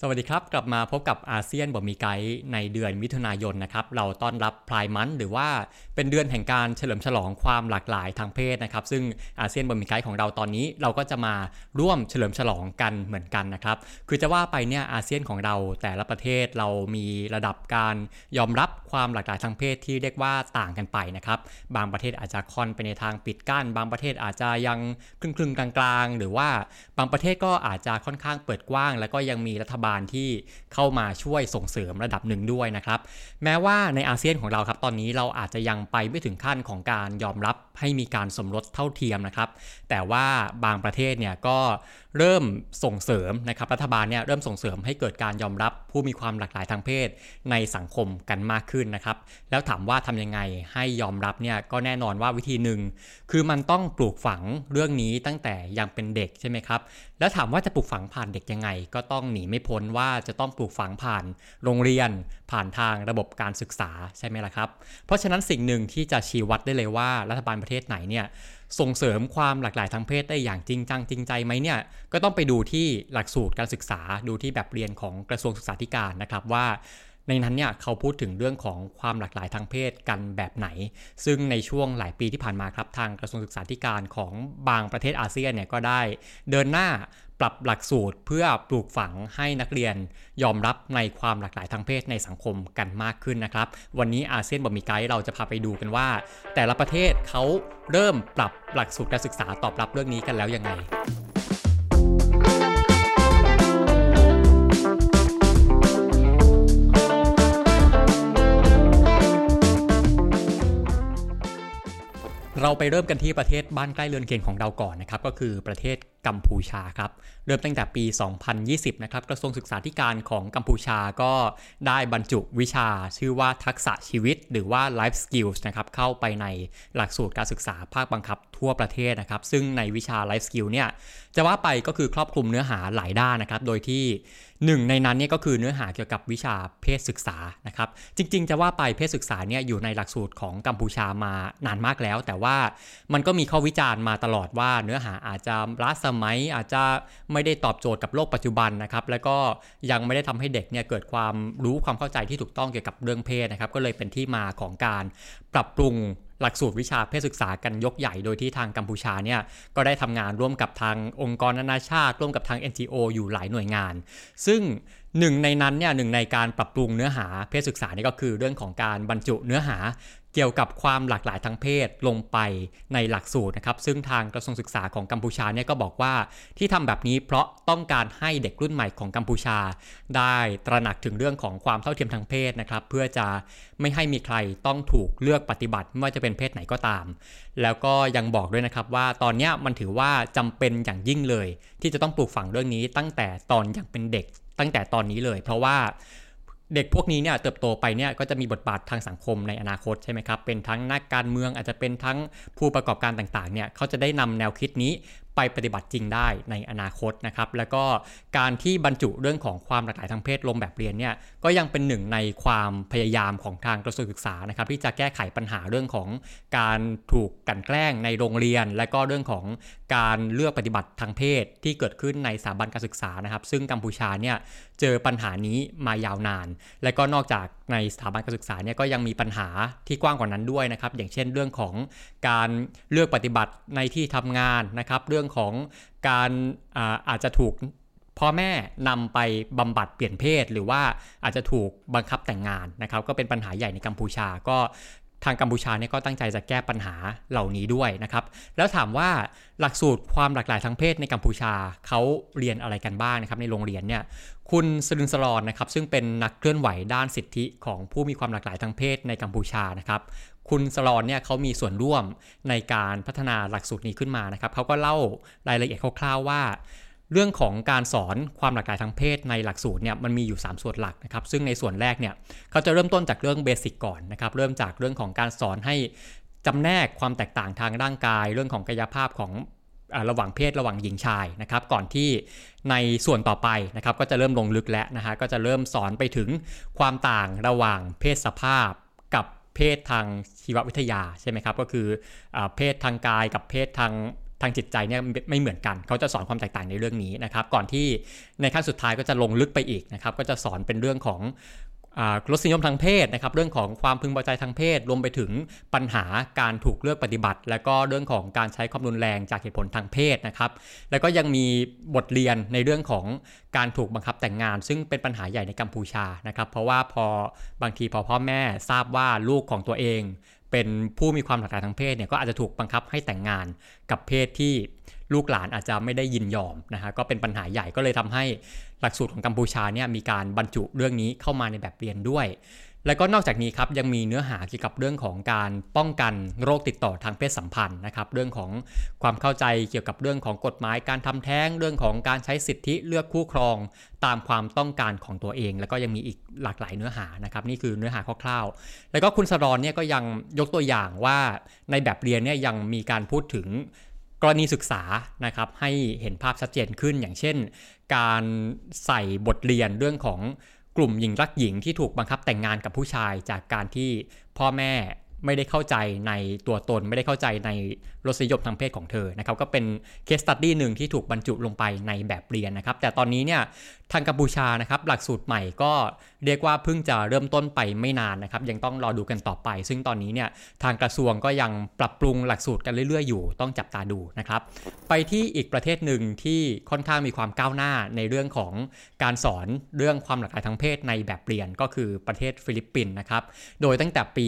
สวัสดีครับกลับมาพบกับอาเซียนบ่มีไกด์ในเดือนมิถุนายนนะครับเราต้อนรับไพร์มันหรือว่าเป็นเดือนแห่งการเฉลิมฉลองความหลากหลายทางเพศนะครับซึ่งอาเซียนบ่มีไกด์ของเราตอนนี้เราก็จะมาร่วมเฉลิมฉลองกันเหมือนกันนะครับคือจะว่าไปเนี่ยอาเซียนของเราแต่ละประเทศเรามีระดับการยอมรับความหลากหลายทางเพศที่เรียกว่าต่างกันไปนะครับบางประเทศอาจจะค่อนไปในทางปิดกั้นบางประเทศอาจจะยังครึ่งๆกลางๆหรือว่าบางประเทศก็อาจจะค่อนข้างเปิดกว้างแล้วก็ยังมีรัฐบาลที่เข้ามาช่วยส่งเสริมระดับหนึ่งด้วยนะครับแม้ว่าในอาเซียนของเราครับตอนนี้เราอาจจะยังไปไม่ถึงขั้นของการยอมรับให้มีการสมรสเท่าเทียมนะครับแต่ว่าบางประเทศเนี่ยก็เริ่มส่งเสริมนะครับรัฐบาลเนี่ยเริ่มส่งเสริมให้เกิดการยอมรับผู้มีความหลากหลายทางเพศในสังคมกันมากขึ้นนะครับแล้วถามว่าทำยังไงให้ยอมรับเนี่ยก็แน่นอนว่าวิธีหนึ่งคือมันต้องปลูกฝังเรื่องนี้ตั้งแต่ยังเป็นเด็กใช่ไหมครับแล้วถามว่าจะปลูกฝังผ่านเด็กยังไงก็ต้องหนีไม่พ้นว่าจะต้องปลูกฝังผ่านโรงเรียนผ่านทางระบบการศึกษาใช่ไหมล่ะครับเพราะฉะนั้นสิ่งหนึ่งที่จะชี้วัดได้เลยว่ารัฐบาลประเทศไหนเนี่ยส่งเสริมความหลากหลายทางเพศได้อย่างจริงจังจริงใจไหมเนี่ยก็ต้องไปดูที่หลักสูตรการศึกษาดูที่แบบเรียนของกระทรวงศึกษาธิการนะครับว่าในนั้นเนี่ยเขาพูดถึงเรื่องของความหลากหลายทางเพศกันแบบไหนซึ่งในช่วงหลายปีที่ผ่านมาครับทางกระทรวงศึกษาธิการของบางประเทศอาเซียนเนี่ยก็ได้เดินหน้าปรับหลักสูตรเพื่อปลูกฝังให้นักเรียนยอมรับในความหลากหลายทางเพศในสังคมกันมากขึ้นนะครับวันนี้อาเซียนบ่มีไกด์เราจะพาไปดูกันว่าแต่ละประเทศเขาเริ่มปรับหลักสูตรการศึกษาตอบรับเรื่องนี้กันแล้วยังไงเราไปเริ่มกันที่ประเทศบ้านใกล้เรือนเคียงของเราก่อนนะครับก็คือประเทศกัมพูชาครับเริ่มตั้งแต่ปี 2020 นะครับกระทรวงศึกษาธิการของกัมพูชาก็ได้บรรจุวิชาชื่อว่าทักษะชีวิตหรือว่า Life Skills นะครับเข้าไปในหลักสูตรการศึกษาภาคบังคับทั่วประเทศนะครับซึ่งในวิชา Life Skill เนี่ยจะว่าไปก็คือครอบคลุมเนื้อหาหลายด้านนะครับโดยที่หนึ่งในนั้นเนี่ยก็คือเนื้อหาเกี่ยวกับวิชาเพศศึกษานะครับจริงๆจะว่าไปเพศศึกษาเนี่ยอยู่ในหลักสูตรของกัมพูชามานานมากแล้วแต่ว่ามันก็มีข้อวิจารณ์มาตลอดว่าเนื้อหาอาจจะล้าสมัยอาจจะไม่ได้ตอบโจทย์กับโลกปัจจุบันนะครับแล้วก็ยังไม่ได้ทำให้เด็กเนี่ยเกิดความรู้ความเข้าใจที่ถูกต้องเกี่ยวกับเรื่องเพศนะครับก็เลยเป็นที่มาของการปรับปรุงหลักสูตรวิชาเพศศึกษากันยกใหญ่โดยที่ทางกัมพูชาเนี่ยก็ได้ทำงานร่วมกับทางองค์กรนานาชาติร่วมกับทาง NGO อยู่หลายหน่วยงานซึ่งหนึ่งในนั้นเนี่ยหนึ่งในการปรับปรุงเนื้อหาเพศศึกษานี่ก็คือเรื่องของการบรรจุเนื้อหาเกี่ยวกับความหลากหลายทางเพศลงไปในหลักสูตรนะครับซึ่งทางกระทรวงศึกษาของกัมพูชาเนี่ยก็บอกว่าที่ทำแบบนี้เพราะต้องการให้เด็กรุ่นใหม่ของกัมพูชาได้ตระหนักถึงเรื่องของความเท่าเทียมทางเพศนะครับเพื่อจะไม่ให้มีใครต้องถูกเลือกปฏิบัติไม่ว่าจะเป็นเพศไหนก็ตามแล้วก็ยังบอกด้วยนะครับว่าตอนนี้มันถือว่าจำเป็นอย่างยิ่งเลยที่จะต้องปลูกฝังเรื่องนี้ตั้งแต่ตอนยังเป็นเด็กตั้งแต่ตอนนี้เลยเพราะว่าเด็กพวกนี้เนี่ยเติบโตไปเนี่ยก็จะมีบทบาททางสังคมในอนาคตใช่ไหมครับเป็นทั้งนักการเมืองอาจจะเป็นทั้งผู้ประกอบการต่างๆเนี่ยเขาจะได้นำแนวคิดนี้ไปปฏิบัติจริงได้ในอนาคตนะครับแล้วก็การที่บรรจุเรื่องของความหลากหลายทางเพศลงแบบเรียนเนี่ยก็ยังเป็นหนึ่งในความพยายามของทางกระทรวงศึกษานะครับที่จะแก้ไขปัญหาเรื่องของการถูกกลั่นแกล้งในโรงเรียนและก็เรื่องของการเลือกปฏิบัติทางเพศที่เกิดขึ้นในสถาบันการศึกษานะครับซึ่งกัมพูชาเนี่ยเจอปัญหานี้มายาวนานและก็นอกจากในสถาบันการศึกษาเนี่ยก็ยังมีปัญหาที่กว้างกว่านั้นด้วยนะครับอย่างเช่นเรื่องของการเลือกปฏิบัติในที่ทำงานนะครับเรื่องของการอาจจะถูกพ่อแม่นำไปบำบัดเปลี่ยนเพศหรือว่าอาจจะถูกบังคับแต่งงานนะครับก็เป็นปัญหาใหญ่ในกัมพูชาก็ทางกัมพูชาเนี่ยก็ตั้งใจจะแก้ปัญหาเหล่านี้ด้วยนะครับแล้วถามว่าหลักสูตรความหลากหลายทางเพศในกัมพูชาเขาเรียนอะไรกันบ้างนะครับในโรงเรียนเนี่ยคุณสรึงสลอนนะครับซึ่งเป็นนักเคลื่อนไหวด้านสิทธิของผู้มีความหลากหลายทางเพศในกัมพูชานะครับคุณสลอนเนี่ยเขามีส่วนร่วมในการพัฒนาหลักสูตรนี้ขึ้นมานะครับเขาก็เล่ารายละเอียดคร่าวๆว่าเรื่องของการสอนความหลากหลายทางเพศในหลักสูตรเนี่ยมันมีอยู่3ส่วนหลักนะครับซึ่งในส่วนแรกเนี่ยเขาจะเริ่มต้นจากเรื่องเบสิกก่อนนะครับเริ่มจากเรื่องของการสอนให้จำแนกความแตกต่างทางร่างกายเรื่องของกายภาพของระหว่างเพศระหว่างหญิงชายนะครับก่อนที่ในส่วนต่อไปนะครับก็จะเริ่มลงลึกแล้วนะฮะก็จะเริ่มสอนไปถึงความต่างระหว่างเพศสภาพกับเพศทางชีววิทยาใช่ไหมครับก็คือเพศทางกายกับเพศทางทางจิตใจเนี่ยไม่เหมือนกันเขาจะสอนความแตกต่างในเรื่องนี้นะครับก่อนที่ในขั้นสุดท้ายก็จะลงลึกไปอีกนะครับก็จะสอนเป็นเรื่องของรสนิยมทางเพศนะครับเรื่องของความพึงพอใจทางเพศรวมไปถึงปัญหาการถูกเลือกปฏิบัติและก็เรื่องของการใช้ความรุนแรงจากเหตุผลทางเพศนะครับแล้วก็ยังมีบทเรียนในเรื่องของการถูกบังคับแต่งงานซึ่งเป็นปัญหาใหญ่ในกัมพูชานะครับเพราะว่าบางทีพอพ่อแม่ทราบว่าลูกของตัวเองเป็นผู้มีความหลากหลายทางเพศเนี่ยก็อาจจะถูกบังคับให้แต่งงานกับเพศที่ลูกหลานอาจจะไม่ได้ยินยอมนะฮะก็เป็นปัญหาใหญ่ก็เลยทำให้หลักสูตรของกัมพูชาเนี่ยมีการบรรจุเรื่องนี้เข้ามาในแบบเรียนด้วยแล้วก็นอกจากนี้ครับยังมีเนื้อหาเกี่ยวกับเรื่องของการป้องกันโรคติดต่อทางเพศสัมพันธ์นะครับเรื่องของความเข้าใจเกี่ยวกับเรื่องของกฎหมายการทำแท้งเรื่องของการใช้สิทธิเลือกคู่ครองตามความต้องการของตัวเองแล้วก็ยังมีอีกหลากหลายเนื้อหานะครับนี่คือเนื้อหาคร่าวๆแล้วก็คุณสรอนเนี่ยก็ยังยกตัวอย่างว่าในแบบเรียนเนี่ยยังมีการพูดถึงกรณีศึกษานะครับให้เห็นภาพชัดเจนขึ้นอย่างเช่นการใส่บทเรียนเรื่องของกลุ่มหญิงรักหญิงที่ถูกบังคับแต่งงานกับผู้ชายจากการที่พ่อแม่ไม่ได้เข้าใจในตัวตนไม่ได้เข้าใจในรสนิยมทางเพศของเธอนะครับก็เป็นเคสสตัดดี้หนึ่งที่ถูกบรรจุลงไปในแบบเรียนนะครับแต่ตอนนี้เนี่ยทางกัมพูชานะครับหลักสูตรใหม่ก็เรียกว่าเพิ่งจะเริ่มต้นไปไม่นานนะครับยังต้องรอดูกันต่อไปซึ่งตอนนี้เนี่ยทางกระทรวงก็ยังปรับปรุงหลักสูตรกันเรื่อยๆอยู่ต้องจับตาดูนะครับไปที่อีกประเทศหนึ่งที่ค่อนข้างมีความก้าวหน้าในเรื่องของการสอนเรื่องความหลากหลายทางเพศในแบบเรียนก็คือประเทศฟิลิปปินส์นะครับโดยตั้งแต่ปี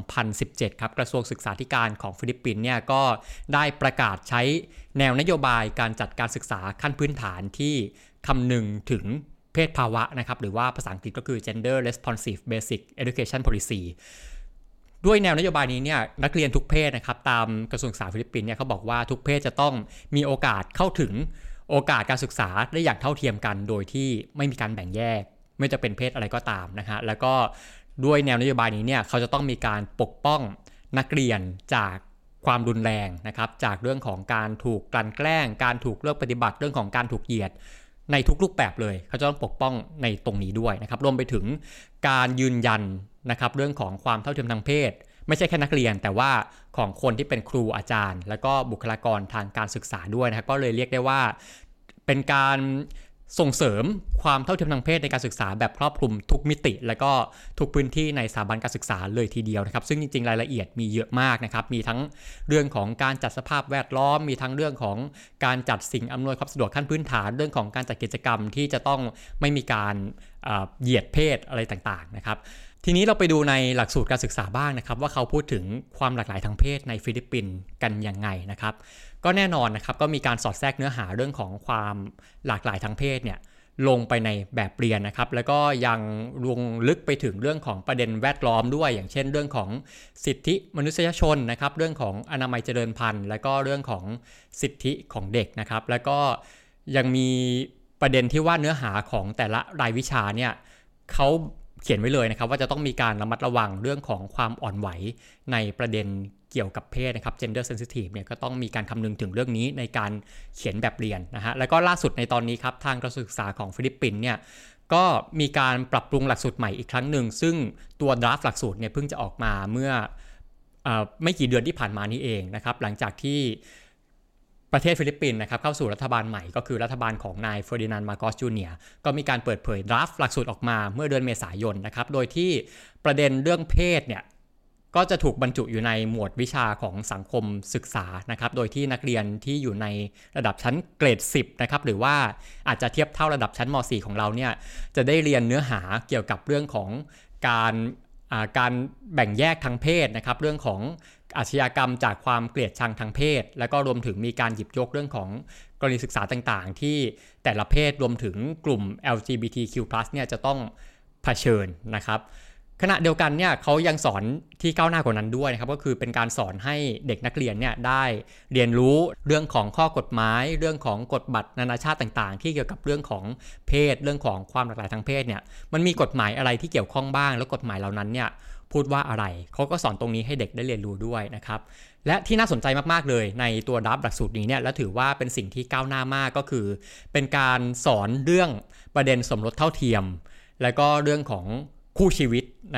2017 ครับกระทรวงศึกษาธิการของฟิลิปปินส์เนี่ยก็ได้ประกาศใช้แนวนโยบายการจัดการศึกษาขั้นพื้นฐานที่คำนึงถึงเพศภาวะนะครับหรือว่าภาษาอังกฤษก็คือ Gender Responsive Basic Education Policy ด้วยแนวนโยบายนี้เนี่ยนักเรียนทุกเพศนะครับตามกระทรวงศึกษาฟิลิปปินส์เนี่ยเขาบอกว่าทุกเพศจะต้องมีโอกาสเข้าถึงโอกาสการศึกษาได้อย่างเท่าเทียมกันโดยที่ไม่มีการแบ่งแยกไม่จะเป็นเพศอะไรก็ตามนะฮะแล้วก็ด้วยแนวนโยบายนี้เนี่ยเขาจะต้องมีการปกป้องนักเรียนจากความรุนแรงนะครับจากเรื่องของการถูกกลั่นแกล้งการถูกเลือกปฏิบัติเรื่องของการถูกเหยียดในทุกรูปแบบเลยเขาจะต้องปกป้องในตรงนี้ด้วยนะครับรวมไปถึงการยืนยันนะครับเรื่องของความเท่าเทียมทางเพศไม่ใช่แค่นักเรียนแต่ว่าของคนที่เป็นครูอาจารย์แล้วก็บุคลากรทางการศึกษาด้วยนะครับก็เลยเรียกได้ว่าเป็นการส่งเสริมความเท่าเทียมทางเพศในการศึกษาแบบครอบคลุมทุกมิติและก็ทุกพื้นที่ในสถาบันการศึกษาเลยทีเดียวนะครับซึ่งจริงๆรายละเอียดมีเยอะมากนะครับมีทั้งเรื่องของการจัดสภาพแวดล้อมมีทั้งเรื่องของการจัดสิ่งอำนวยความสะดวกขั้นพื้นฐานเรื่องของการจัดกิจกรรมที่จะต้องไม่มีการเหยียดเพศอะไรต่างๆนะครับทีนี้เราไปดูในหลักสูตรการศึกษาบ้างนะครับว่าเขาพูดถึงความหลากหลายทางเพศในฟิลิปปินส์กันยังไงนะครับก็แน่นอนนะครับก็มีการสอดแทรกเนื้อหาเรื่องของความหลากหลายทางเพศเนี่ยลงไปในแบบเรียนนะครับแล้วก็ยังลงลึกไปถึงเรื่องของประเด็นแวดล้อมด้วยอย่างเช่นเรื่องของสิทธิมนุษยชนนะครับเรื่องของอนามัยเจริญพันธุ์และก็เรื่องของสิทธิของเด็กนะครับแล้วก็ยังมีประเด็นที่ว่าเนื้อหาของแต่ละรายวิชาเนี่ยเขาเขียนไว้เลยนะครับว่าจะต้องมีการระมัดระวังเรื่องของความอ่อนไหวในประเด็นเกี่ยวกับเพศนะครับ gender sensitive เนี่ยก็ต้องมีการคำนึงถึงเรื่องนี้ในการเขียนแบบเรียนนะฮะแล้วก็ล่าสุดในตอนนี้ครับทางกระทรวงศึกษาของฟิลิปปินส์เนี่ยก็มีการปรับปรุงหลักสูตรใหม่อีกครั้งหนึ่งซึ่งตัวดราฟต์หลักสูตรเนี่ยเพิ่งจะออกมาเมื่อไม่กี่เดือนที่ผ่านมานี้เองนะครับหลังจากที่ประเทศฟิลิปปินส์นะครับเข้าสู่รัฐบาลใหม่ก็คือรัฐบาลของนายเฟอร์ดินานด์ มาโกส จูเนียร์ก็มีการเปิดเผยดราฟต์หลักสูตรออกมาเมื่อเดือนเมษายนนะครับโดยที่ประเด็นเรื่องเพศเนี่ยก็จะถูกบรรจุอยู่ในหมวดวิชาของสังคมศึกษานะครับโดยที่นักเรียนที่อยู่ในระดับชั้นเกรด 10นะครับหรือว่าอาจจะเทียบเท่าระดับชั้นม.4 ของเราเนี่ยจะได้เรียนเนื้อหาเกี่ยวกับเรื่องของการแบ่งแยกทางเพศนะครับเรื่องของอาชญากรรมจากความเกลียดชังทางเพศแล้วก็รวมถึงมีการหยิบยกเรื่องของกรณีศึกษาต่างๆที่แต่ละเพศรวมถึงกลุ่ม LGBTQ+ เนี่ยจะต้องเผชิญนะครับขณะเดียวกันเนี่ยเขายังสอนที่ก้าวหน้ากว่านั้นด้วยนะครับก็คือเป็นการสอนให้เด็กนักเรียนเนี่ยได้เรียนรู้เรื่องของข้อกฎหมายเรื่องของกฎบัตรนานาชาติต่างๆที่เกี่ยวกับเรื่องของเพศเรื่องของความหลากหลายทางเพศเนี่ยมันมีกฎหมายอะไรที่เกี่ยวข้องบ้างแล้วกฎหมายเหล่านั้นเนี่ยพูดว่าอะไรเขาก็สอนตรงนี้ให้เด็กได้เรียนรู้ด้วยนะครับและที่น่าสนใจมากๆเลยในตัวดราฟต์หลักสูตรนี้เนี่ยและถือว่าเป็นสิ่งที่ก้าวหน้ามากก็คือเป็นการสอนเรื่องประเด็นสมรสเท่าเทียมและก็เรื่องของคู่ชีวิตนะครับ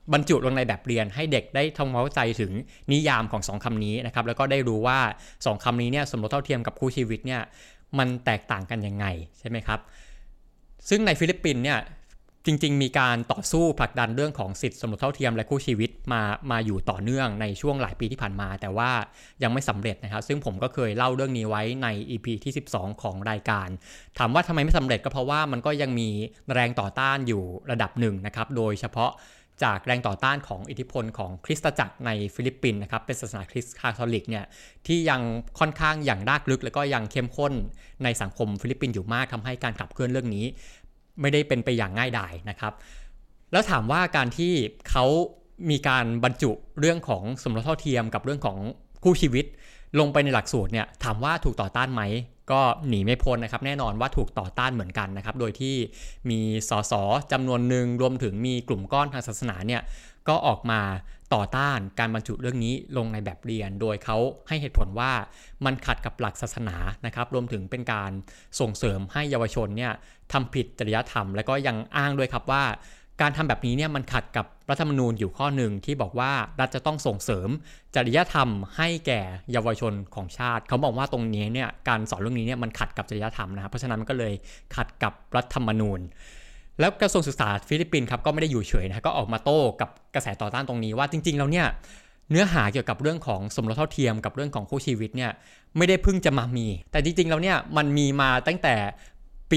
บรรจุลงในแบบเรียนให้เด็กได้ทำความเข้าใจถึงนิยามของ2คำนี้นะครับแล้วก็ได้รู้ว่า2คำนี้เนี่ยสมรสเท่าเทียมกับคู่ชีวิตเนี่ยมันแตกต่างกันยังไงใช่ไหมครับซึ่งในฟิลิปปินส์เนี่ยจริงๆมีการต่อสู้ผลักดันเรื่องของสิทธิสมรสเท่าเทียมและคู่ชีวิตมาอยู่ต่อเนื่องในช่วงหลายปีที่ผ่านมาแต่ว่ายังไม่สำเร็จนะครับซึ่งผมก็เคยเล่าเรื่องนี้ไว้ใน EP ที่12ของรายการถามว่าทำไมไม่สำเร็จก็เพราะว่ามันก็ยังมีแรงต่อต้านอยู่ระดับหนึ่งนะครับโดยเฉพาะจากแรงต่อต้านของอิทธิพลของคริสตจักรในฟิลิปปินส์นะครับเป็นศาสนาคริสต์คาทอลิกเนี่ยที่ยังค่อนข้างอย่างรากลึกแล้วก็ยังเข้มข้นในสังคมฟิลิปปินส์อยู่มากทำให้การขับเคลื่อนเรื่องนี้ไม่ได้เป็นไปอย่างง่ายดายนะครับแล้วถามว่าการที่เขามีการบรรจุเรื่องของสมรสเท่าเทียมกับเรื่องของคู่ชีวิตลงไปในหลักสูตรเนี่ยถามว่าถูกต่อต้านไหมก็หนีไม่พ้นนะครับแน่นอนว่าถูกต่อต้านเหมือนกันนะครับโดยที่มีสสจำนวนหนึ่งรวมถึงมีกลุ่มก้อนทางศาสนาเนี่ยก็ออกมาต่อต้านการบรรจุเรื่องนี้ลงในแบบเรียนโดยเขาให้เหตุผลว่ามันขัดกับหลักศาสนานะครับรวมถึงเป็นการส่งเสริมให้เยาวชนเนี่ยทำผิดจริยธรรมและก็ยังอ้างด้วยครับว่าการทำแบบนี้เนี่ยมันขัดกับรัฐธรรมนูญอยู่ข้อหนึ่งที่บอกว่ารัฐจะต้องส่งเสริมจริยธรรมให้แก่เยาวชนของชาติเขาบอกว่าตรงนี้เนี่ยการสอนเรื่องนี้เนี่ยมันขัดกับจริยธรรมนะครับเพราะฉะนั้นมันก็เลยขัดกับรัฐธรรมนูญแล้วกระทรวงศึกษาฟิลิปปินส์ครับก็ไม่ได้อยู่เฉยนะก็ออกมาโต้กับกระแสต่อต้านตรงนี้ว่าจริงๆแล้วเนี่ยเนื้อหาเกี่ยวกับเรื่องของสมรสเท่าเทียมกับเรื่องของคู่ชีวิตเนี่ยไม่ได้เพิ่งจะมามีแต่จริงๆแล้วเนี่ยมันมีมาตั้งแต่ปี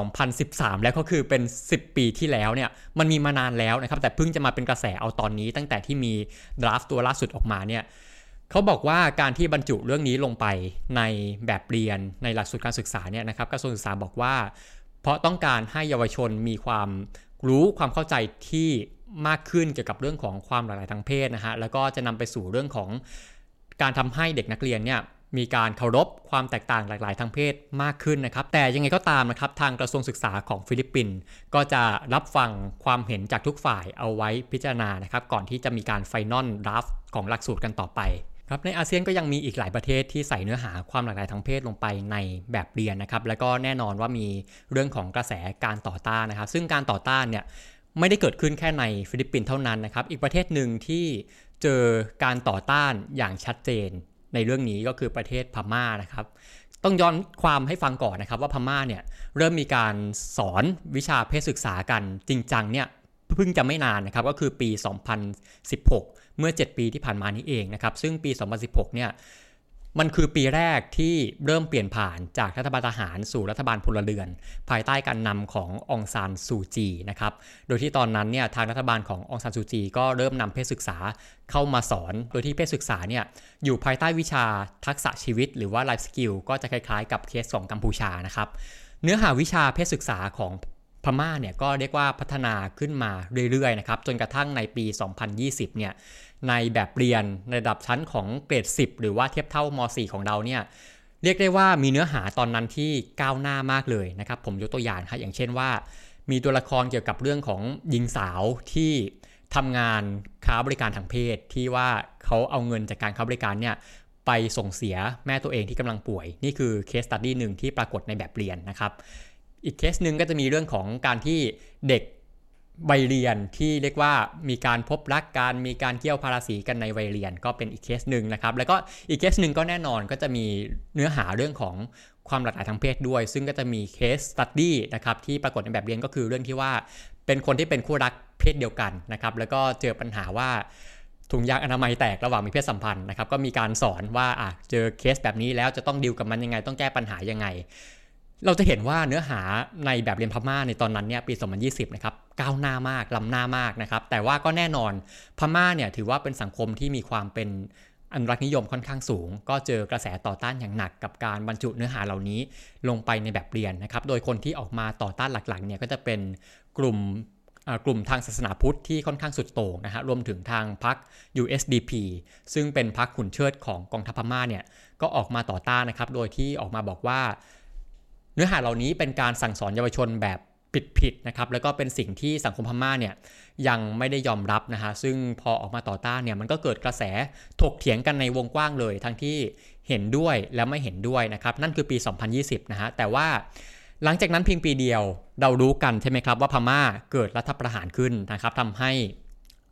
2013 แล้วก็คือเป็น10 ปีที่แล้วเนี่ยมันมีมานานแล้วนะครับแต่เพิ่งจะมาเป็นกระแสเอาตอนนี้ตั้งแต่ที่มีดราฟต์ตัวล่าสุดออกมาเนี่ยเขาบอกว่าการที่บรรจุเรื่องนี้ลงไปในแบบเรียนในหลักสูตรการศึกษาเนี่ยนะครับกระทรวงศึกษาบอกว่าเพราะต้องการให้เยาวชนมีความรู้ความเข้าใจที่มากขึ้นเกี่ยวกับเรื่องของความหลากหลายทางเพศนะฮะแล้วก็จะนำไปสู่เรื่องของการทำให้เด็กนักเรียนเนี่ยมีการเคารพความแตกต่างหลากหลายทางเพศมากขึ้นนะครับแต่ยังไงก็ตามนะครับทางกระทรวงศึกษาของฟิลิปปินส์ก็จะรับฟังความเห็นจากทุกฝ่ายเอาไว้พิจารณานะครับก่อนที่จะมีการไฟนอลดราฟต์ของหลักสูตรกันต่อไปครับในอาเซียนก็ยังมีอีกหลายประเทศที่ใส่เนื้อหาความหลากหลายทางเพศลงไปในแบบเรียนนะครับแล้วก็แน่นอนว่ามีเรื่องของกระแสการต่อต้านนะครับซึ่งการต่อต้านเนี่ยไม่ได้เกิดขึ้นแค่ในฟิลิปปินส์เท่านั้นนะครับอีกประเทศหนึ่งที่เจอการต่อต้านอย่างชัดเจนในเรื่องนี้ก็คือประเทศพม่านะครับต้องย้อนความให้ฟังก่อนนะครับว่าพม่าเนี่ยเริ่มมีการสอนวิชาเพศศึกษากันจริงจังเนี่ยเพิ่งจะไม่นานนะครับก็คือปี 2016 เมื่อ 7 ปีที่ผ่านมานี้เองนะครับซึ่งปี 2016 เนี่ยมันคือปีแรกที่เริ่มเปลี่ยนผ่านจากรัฐบาลทหารสู่รัฐบาลพลเรือนภายใต้การนำขององซานซูจีนะครับโดยที่ตอนนั้นเนี่ยทางรัฐบาลขององซานซูจีก็เริ่มนำเพศศึกษาเข้ามาสอนโดยที่เพศศึกษาเนี่ยอยู่ภายใต้วิชาทักษะชีวิตหรือว่า life skill ก็จะคล้ายๆกับเคสของกัมพูชานะครับเนื้อหาวิชาเพศศึกษาของพม่าเนี่ยก็เรียกว่าพัฒนาขึ้นมาเรื่อยๆนะครับจนกระทั่งในปี 2020 เนี่ยในแบบเรียนในระดับชั้นของเกรด 10 หรือว่าเทียบเท่าม.4 ของเราเนี่ยเรียกได้ว่ามีเนื้อหาตอนนั้นที่ก้าวหน้ามากเลยนะครับผมยกตัวอย่างครับอย่างเช่นว่ามีตัวละครเกี่ยวกับเรื่องของหญิงสาวที่ทำงานค้าบริการทางเพศที่ว่าเขาเอาเงินจากการค้าบริการเนี่ยไปส่งเสียแม่ตัวเองที่กำลังป่วยนี่คือเคสสตัดดี้หนึ่งที่ปรากฏในแบบเรียนนะครับอีกเคสหนึ่งก็จะมีเรื่องของการที่เด็กวัยเรียนที่เรียกว่ามีการพบรักกันมีการเกี่ยวพาราสีกันในวัยเรียนก็เป็นอีกเคสหนึ่งนะครับแล้วก็อีกเคสหนึ่งก็แน่นอนก็จะมีเนื้อหาเรื่องของความหลากหลายทางเพศด้วยซึ่งก็จะมีเคสสตัดดี้นะครับที่ปรากฏในแบบเรียนก็คือเรื่องที่ว่าเป็นคนที่เป็นคู่รักเพศเดียวกันนะครับแล้วก็เจอปัญหาว่าถุงยางอนามัยแตกระหว่างมีเพศสัมพันธ์นะครับก็มีการสอนว่าเจอเคสแบบนี้แล้วจะต้องดีลกับมันยังไงต้องแก้ปัญหายังไงเราจะเห็นว่าเนื้อหาในแบบเรียนพม่าในตอนนั้นเนี่ยปี 2020 นะครับก้าวหน้ามากล้ำหน้ามากนะครับแต่ว่าก็แน่นอนพม่าเนี่ยถือว่าเป็นสังคมที่มีความเป็นอนุรักษ์นิยมค่อนข้างสูงก็เจอกระแสต่อต้านอย่างหนักกับการบรรจุเนื้อหาเหล่านี้ลงไปในแบบเรียนนะครับโดยคนที่ออกมาต่อต้านหลักๆเนี่ยก็จะเป็นกลุ่มทางศาสนาพุทธที่ค่อนข้างสุดโต่งนะฮะรวมถึงทางพรรค USDP ซึ่งเป็นพรรคหุ่นเชิดของกองทัพพม่าเนี่ยก็ออกมาต่อต้านนะครับโดยที่ออกมาบอกว่าเนื้อหาเหล่านี้เป็นการสั่งสอนเยาวชนแบบผิดนะครับแล้วก็เป็นสิ่งที่สังคมพม่าเนี่ยยังไม่ได้ยอมรับนะฮะซึ่งพอออกมาต่อต้านเนี่ยมันก็เกิดกระแสถกเถียงกันในวงกว้างเลยทั้งที่เห็นด้วยและไม่เห็นด้วยนะครับนั่นคือปี 2020 นะฮะแต่ว่าหลังจากนั้นเพียงปีเดียวเรารู้กันใช่ไหมครับว่าพม่าเกิดรัฐประหารขึ้นนะครับทำให้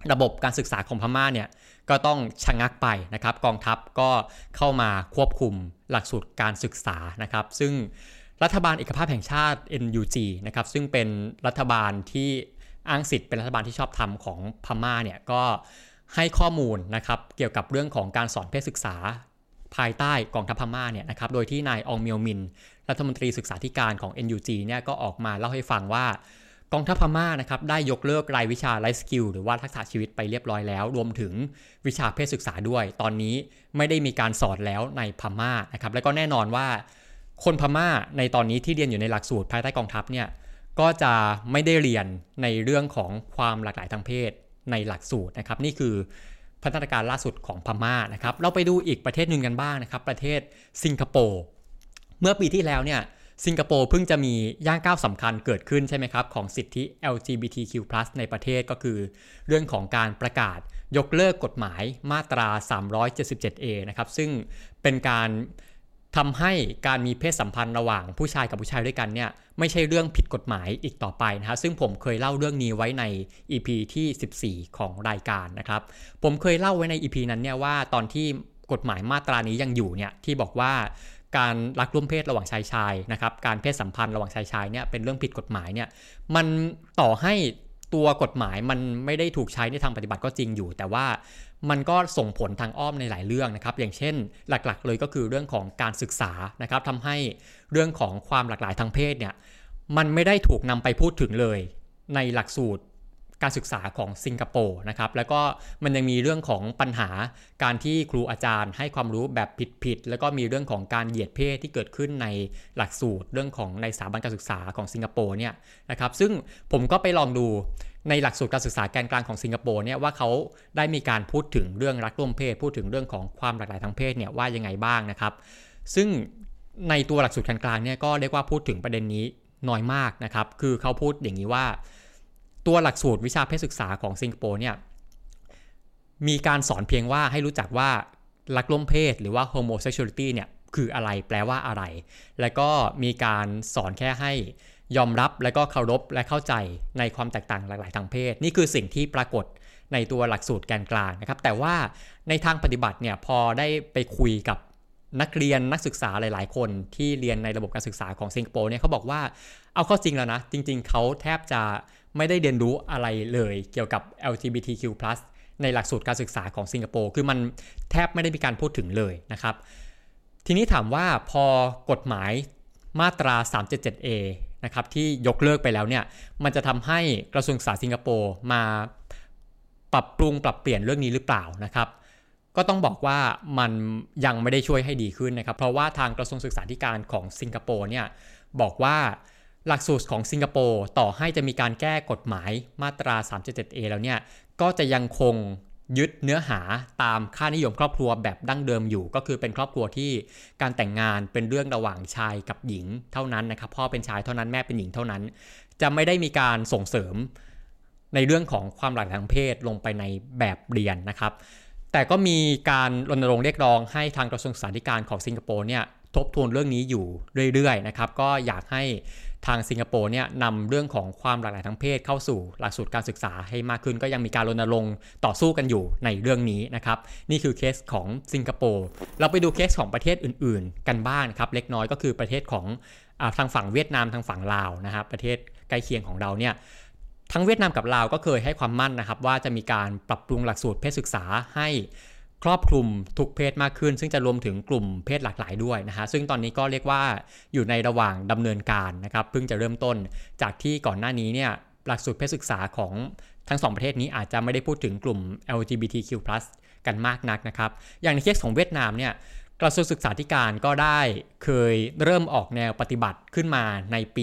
ระบบการศึกษาของพม่าเนี่ยก็ต้องชะงักไปนะครับกองทัพก็เข้ามาควบคุมหลักสูตรการศึกษานะครับซึ่งรัฐบาลเอกภาพแห่งชาติ NUG นะครับซึ่งเป็นรัฐบาลที่อ้างสิทธิ์เป็นรัฐบาลที่ชอบธรรมของพม่าเนี่ยก็ให้ข้อมูลนะครับเกี่ยวกับเรื่องของการสอนเพศศึกษาภายใต้กองทัพพม่าเนี่ยนะครับโดยที่นายอองเมียวมินรัฐมนตรีศึกษาธิการของ NUG เนี่ยก็ออกมาเล่าให้ฟังว่ากองทัพพม่านะครับได้ยกเลิกรายวิชาไลฟ์สกิลหรือว่าทักษะชีวิตไปเรียบร้อยแล้วรวมถึงวิชาเพศศึกษาด้วยตอนนี้ไม่ได้มีการสอนแล้วในพม่านะครับแล้วก็แน่นอนว่าคนพม่าในตอนนี้ที่เรียนอยู่ในหลักสูตรภายใต้กองทัพเนี่ยก็จะไม่ได้เรียนในเรื่องของความหลากหลายทางเพศในหลักสูตรนะครับนี่คือพัฒนาการล่าสุดของพม่านะครับเราไปดูอีกประเทศหนึ่งกันบ้างนะครับประเทศสิงคโปร์เมื่อปีที่แล้วเนี่ยสิงคโปร์เพิ่งจะมีย่างก้าวสำคัญเกิดขึ้นใช่ไหมครับของสิทธิ LGBTQ+ ในประเทศก็คือเรื่องของการประกาศยกเลิกกฎหมายมาตรา 377A นะครับซึ่งเป็นการทำให้การมีเพศสัมพันธ์ระหว่างผู้ชายกับผู้ชายด้วยกันเนี่ยไม่ใช่เรื่องผิดกฎหมายอีกต่อไปนะฮะซึ่งผมเคยเล่าเรื่องนี้ไว้ใน EP ที่14ของรายการนะครับผมเคยเล่าไว้ใน EP นั้นเนี่ยว่าตอนที่กฎหมายมาตรานี้ยังอยู่เนี่ยที่บอกว่าการรักร่วมเพศระหว่างชายนะครับการเพศสัมพันธ์ระหว่างชายเนี่ยเป็นเรื่องผิดกฎหมายเนี่ยมันต่อให้ตัวกฎหมายมันไม่ได้ถูกใช้ในทางปฏิบัติก็จริงอยู่แต่ว่ามันก็ส่งผลทางอ้อมในหลายเรื่องนะครับอย่างเช่นหลักๆเลยก็คือเรื่องของการศึกษานะครับทำให้เรื่องของความหลากหลายทางเพศเนี่ยมันไม่ได้ถูกนำไปพูดถึงเลยในหลักสูตรการศึกษาของสิงคโปร์นะครับแล้วก็มันยังมีเรื่องของปัญหาการที่ครูอาจารย์ให้ความรู้แบบผิดๆแล้วก็มีเรื่องของการเหยียดเพศที่เกิดขึ้นในหลักสูตรเรื่องของในสถาบันการศึกษาของสิงคโปร์เนี่ยนะครับซึ่งผมก็ไปลองดูในหลักสูตรการศึกษาแกนกลางของสิงคโปร์เนี่ยว่าเขาได้มีการพูดถึงเรื่องรักร่วมเพศพูดถึงเรื่องของความหลากหลายทางเพศเนี่ยว่ายังไงบ้างนะครับซึ่งในตัวหลักสูตรแกนกลางเนี่ยก็เรียกว่าพูดถึงประเด็นนี้น้อยมากนะครับคือเขาพูดอย่างนี้ว่าตัวหลักสูตรวิชาเพศศึกษาของสิงคโปร์เนี่ยมีการสอนเพียงว่าให้รู้จักว่ารักร่วมเพศหรือว่า homosexuality เนี่ยคืออะไรแปลว่าอะไรแล้วก็มีการสอนแค่ให้ยอมรับและก็เคารพและเข้าใจในความแตกต่างหลากหลายทางเพศนี่คือสิ่งที่ปรากฏในตัวหลักสูตรแกนกลางนะครับแต่ว่าในทางปฏิบัติเนี่ยพอได้ไปคุยกับนักเรียนนักศึกษาหลายๆคนที่เรียนในระบบการศึกษาของสิงคโปร์เนี่ยเขาบอกว่าเอาเข้าจริงแล้วนะจริงๆเขาแทบจะไม่ได้เรียนรู้อะไรเลยเกี่ยวกับ LGBTQ+ ในหลักสูตรการศึกษาของสิงคโปร์คือมันแทบไม่ได้มีการพูดถึงเลยนะครับทีนี้ถามว่าพอกฎหมายมาตรา 377A นะครับที่ยกเลิกไปแล้วเนี่ยมันจะทำให้กระทรวงศึกษาสิงคโปร์มาปรับปรุงปรับเปลี่ยนเรื่องนี้หรือเปล่านะครับก็ต้องบอกว่ามันยังไม่ได้ช่วยให้ดีขึ้นนะครับเพราะว่าทางกระทรวงศึกษาธิการของสิงคโปร์เนี่ยบอกว่าหลักสูตรของสิงคโปร์ต่อให้จะมีการแก้กฎหมายมาตรา 377A แล้วเนี่ยก็จะยังคงยึดเนื้อหาตามค่านิยมครอบครัวแบบดั้งเดิมอยู่ก็คือเป็นครอบครัวที่การแต่งงานเป็นเรื่องระหว่างชายกับหญิงเท่านั้นนะครับพ่อเป็นชายเท่านั้นแม่เป็นหญิงเท่านั้นจะไม่ได้มีการส่งเสริมในเรื่องของความหลากหลายทางเพศลงไปในแบบเรียนนะครับแต่ก็มีการรณรงค์เรียกร้องให้ทางกระทรวงศึกษาธิการของสิงคโปร์เนี่ยทบทวนเรื่องนี้อยู่เรื่อยๆนะครับก็อยากให้ทางสิงคโปร์เนี่ยนำเรื่องของความหลากหลายทางเพศเข้าสู่หลักสูตรการศึกษาให้มากขึ้นก็ยังมีการรณรงค์ต่อสู้กันอยู่ในเรื่องนี้นะครับนี่คือเคสของสิงคโปร์เราไปดูเคสของประเทศอื่นๆกันบ้างครับเล็กน้อยก็คือประเทศของทางฝั่งเวียดนามทางฝั่งลาวนะครับประเทศใกล้เคียงของเราเนี่ยทั้งเวียดนามกับลาวก็เคยให้ความมั่นนะครับว่าจะมีการปรับปรุงหลักสูตรเพศศึกษาให้ครอบคลุมทุกเพศมากขึ้นซึ่งจะรวมถึงกลุ่มเพศหลากหลายด้วยนะฮะซึ่งตอนนี้ก็เรียกว่าอยู่ในระหว่างดำเนินการนะครับเพิ่งจะเริ่มต้นจากที่ก่อนหน้านี้เนี่ยหลักสูตรเพศศึกษาของทั้งสองประเทศนี้อาจจะไม่ได้พูดถึงกลุ่ม LGBTQ+ กันมากนักนะครับอย่างในเคสของเวียดนามเนี่ยกระทรวงศึกษาธิการก็ได้เคยเริ่มออกแนวปฏิบัติขึ้นมาในปี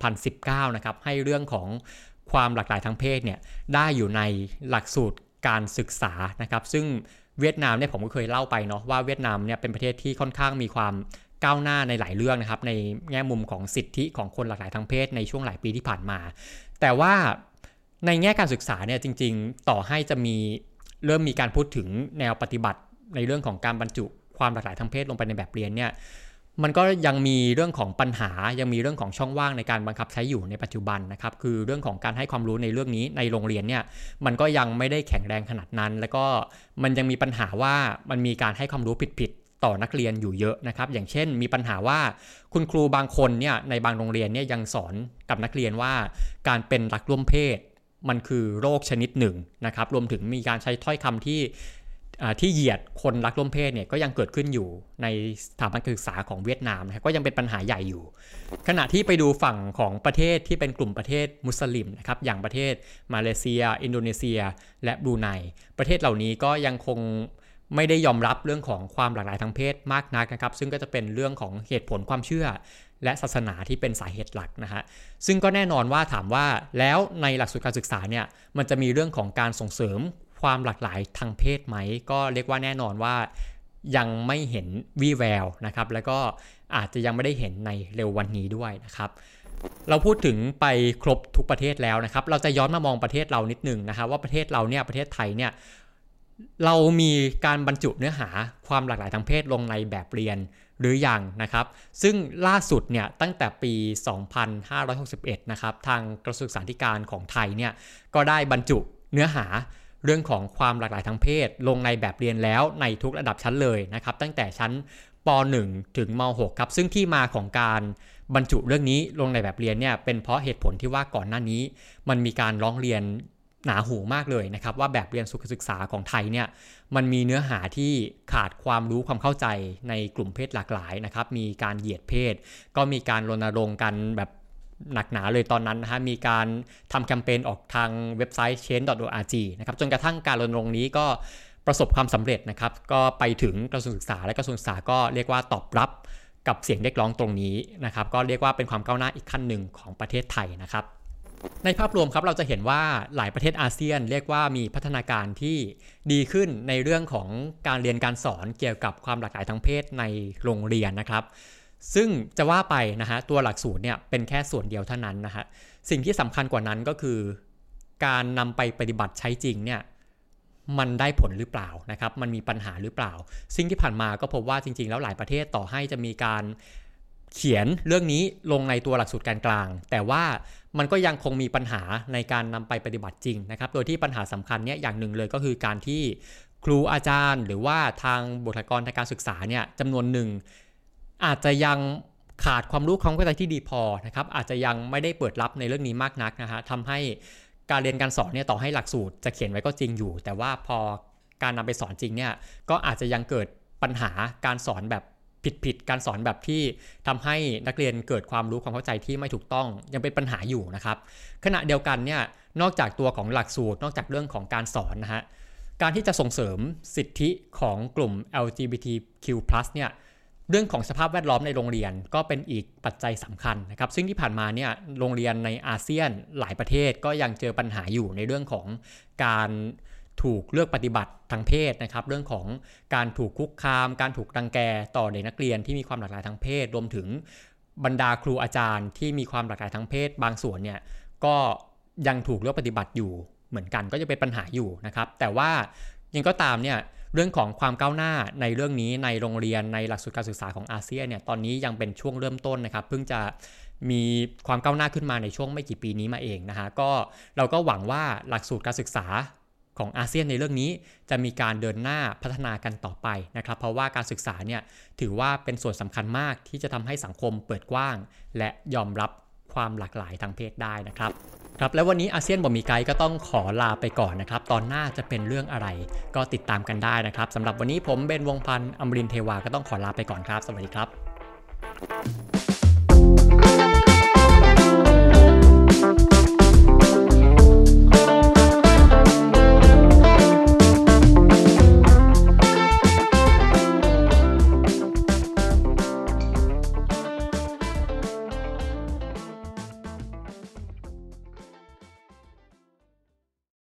2019 นะครับให้เรื่องของความหลากหลายทางเพศเนี่ยได้อยู่ในหลักสูตรการศึกษานะครับซึ่งเวียดนามเนี่ยผมก็เคยเล่าไปเนาะว่าเวียดนามเนี่ยเป็นประเทศที่ค่อนข้างมีความก้าวหน้าในหลายเรื่องนะครับในแง่มุมของสิทธิของคนหลากหลายทางเพศในช่วงหลายปีที่ผ่านมาแต่ว่าในแง่การศึกษาเนี่ยจริงๆต่อให้จะเริ่มมีการพูดถึงแนวปฏิบัติในเรื่องของการบรรจุความหลากหลายทางเพศลงไปในแบบเรียนเนี่ยมันก็ยังมีเรื่องของปัญหายังมีเรื่องของช่องว่างในการบังคับใช้อยู่ในปัจจุบันนะครับคือเรื่องของการให้ความรู้ในเรื่องนี้ในโรงเรียนเนี่ยมันก็ยังไม่ได้แข็งแรงขนาดนั้นแล้วก็มันยังมีปัญหาว่ามันมีการให้ความรู้ผิดๆต่อนักเรียนอยู่เยอะนะครับอย่างเช่นมีปัญหาว่าคุณครูบางคนเนี่ยในบางโรงเรียนเนี่ยยังสอนกับนักเรียนว่าการเป็นรักร่วมเพศมันคือโรคชนิดหนึ่งนะครับรวมถึงมีการใช้ถ้อยคำที่เหยียดคนรักร่วมเพศเนี่ยก็ยังเกิดขึ้นอยู่ในสถาบันการศึกษาของเวียดนามนะครับก็ยังเป็นปัญหาใหญ่อยู่ขณะที่ไปดูฝั่งของประเทศที่เป็นกลุ่มประเทศมุสลิมนะครับอย่างประเทศมาเลเซียอินโดนีเซียและบรูไนประเทศเหล่านี้ก็ยังคงไม่ได้ยอมรับเรื่องของความหลากหลายทางเพศมากนักนะครับซึ่งก็จะเป็นเรื่องของเหตุผลความเชื่อและศาสนาที่เป็นสาเหตุหลักนะฮะซึ่งก็แน่นอนว่าถามว่าแล้วในหลักสูตรการศึกษาเนี่ยมันจะมีเรื่องของการส่งเสริมความหลากหลายทางเพศไหมก็เรียกว่าแน่นอนว่ายังไม่เห็นวี่แววนะครับแล้วก็อาจจะยังไม่ได้เห็นในเร็ววันนี้ด้วยนะครับเราพูดถึงไปครบทุกประเทศแล้วนะครับเราจะย้อนมามองประเทศเรานิดนึงนะครับว่าประเทศเราเนี่ยประเทศไทยเนี่ยเรามีการบรรจุเนื้อหาความหลากหลายทางเพศลงในแบบเรียนหรือยังนะครับซึ่งล่าสุดเนี่ยตั้งแต่ปี 2561 นะครับทางกระทรวงศึกษาธิการของไทยเนี่ยก็ได้บรรจุเนื้อหาเรื่องของความหลากหลายทางเพศลงในแบบเรียนแล้วในทุกระดับชั้นเลยนะครับตั้งแต่ชั้นป .1 ถึงม .6 ครับซึ่งที่มาของการบรรจุเรื่องนี้ลงในแบบเรียนเนี่ยเป็นเพราะเหตุผลที่ว่าก่อนหน้านี้มันมีการร้องเรียนหนาหูมากเลยนะครับว่าแบบเรียนสุขศึกษาของไทยเนี่ยมันมีเนื้อหาที่ขาดความรู้ความเข้าใจในกลุ่มเพศหลากหลายนะครับมีการเหยียดเพศก็มีการรณรงค์กันแบบหนักหนาเลยตอนนั้นนะฮะมีการทำแคมเปญออกทางเว็บไซต์ change.org นะครับจนกระทั่งการรณรงค์นี้ก็ประสบความสำเร็จนะครับก็ไปถึงกระทรวงศึกษาและกระทรวงศึกษาก็เรียกว่าตอบรับกับเสียงเรียกร้องตรงนี้นะครับก็เรียกว่าเป็นความก้าวหน้าอีกขั้นหนึ่งของประเทศไทยนะครับในภาพรวมครับเราจะเห็นว่าหลายประเทศอาเซียนเรียกว่ามีพัฒนาการที่ดีขึ้นในเรื่องของการเรียนการสอนเกี่ยวกับความหลากหลายทางเพศในโรงเรียนนะครับซึ่งจะว่าไปนะฮะตัวหลักสูตรเนี่ยเป็นแค่ส่วนเดียวเท่านั้นนะฮะสิ่งที่สำคัญกว่านั้นก็คือการนำไปปฏิบัติใช้จริงเนี่ยมันได้ผลหรือเปล่านะครับมันมีปัญหาหรือเปล่าสิ่งที่ผ่านมาก็พบว่าจริงๆแล้วหลายประเทศต่อให้จะมีการเขียนเรื่องนี้ลงในตัวหลักสูตรกลางๆแต่ว่ามันก็ยังคงมีปัญหาในการนำไปปฏิบัติจริงนะครับโดยที่ปัญหาสำคัญเนี่ยอย่างหนึ่งเลยก็คือการที่ครูอาจารย์หรือว่าทางบุคลากรทางการศึกษาเนี่ยจำนวนหนึ่งอาจจะยังขาดความรู้ความเข้าใจที่ดีพอนะครับอาจจะยังไม่ได้เปิดรับในเรื่องนี้มากนักนะฮะทำให้การเรียนการสอนเนี่ยต่อให้หลักสูตรจะเขียนไว้ก็จริงอยู่แต่ว่าพอการนำไปสอนจริงเนี่ยก็อาจจะยังเกิดปัญหาการสอนแบบผิดการสอนแบบที่ทำให้นักเรียนเกิดความรู้ความเข้าใจที่ไม่ถูกต้องยังเป็นปัญหาอยู่นะครับขณะเดียวกันเนี่ยนอกจากตัวของหลักสูตรนอกจากเรื่องของการสอนนะฮะการที่จะส่งเสริมสิทธิของกลุ่ม LGBTQ+ เนี่ยเรื่องของสภาพแวดล้อมในโรงเรียนก็เป็นอีกปัจจัยสำคัญนะครับซึ่งที่ผ่านมาเนี่ยโรงเรียนในอาเซียนหลายประเทศก็ยังเจอปัญหาอยู่ในเรื่องของการถูกเลือกปฏิบัติทางเพศนะครับเรื่องของการถูกคุกคามการถูกรังแกต่อเด็กนักเรียนที่มีความหลากหลายทางเพศรวมถึงบรรดาครูอาจารย์ที่มีความหลากหลายทางเพศบางส่วนเนี่ยก็ยังถูกเลือกปฏิบัติอยู่เหมือนกันก็จะเป็นปัญหาอยู่นะครับแต่ว่ายังก็ตามเนี่ยเรื่องของความก้าวหน้าในเรื่องนี้ในโรงเรียนในหลักสูตรการศึกษาของอาเซียนเนี่ยตอนนี้ยังเป็นช่วงเริ่มต้นนะครับเพิ่งจะมีความก้าวหน้าขึ้นมาในช่วงไม่กี่ปีนี้มาเองนะฮะก็เราก็หวังว่าหลักสูตรการศึกษาของอาเซียนในเรื่องนี้จะมีการเดินหน้าพัฒนากันต่อไปนะครับเพราะว่าการศึกษาเนี่ยถือว่าเป็นส่วนสำคัญมากที่จะทำให้สังคมเปิดกว้างและยอมรับความหลากหลายทางเพศได้นะครับครับแล้ววันนี้อาเซียนบ่มีไกด์ก็ต้องขอลาไปก่อนนะครับตอนหน้าจะเป็นเรื่องอะไรก็ติดตามกันได้นะครับสำหรับวันนี้ผมเบนวงศ์พันธ์อมรินทร์เทวาก็ต้องขอลาไปก่อนครับสวัสดีครับ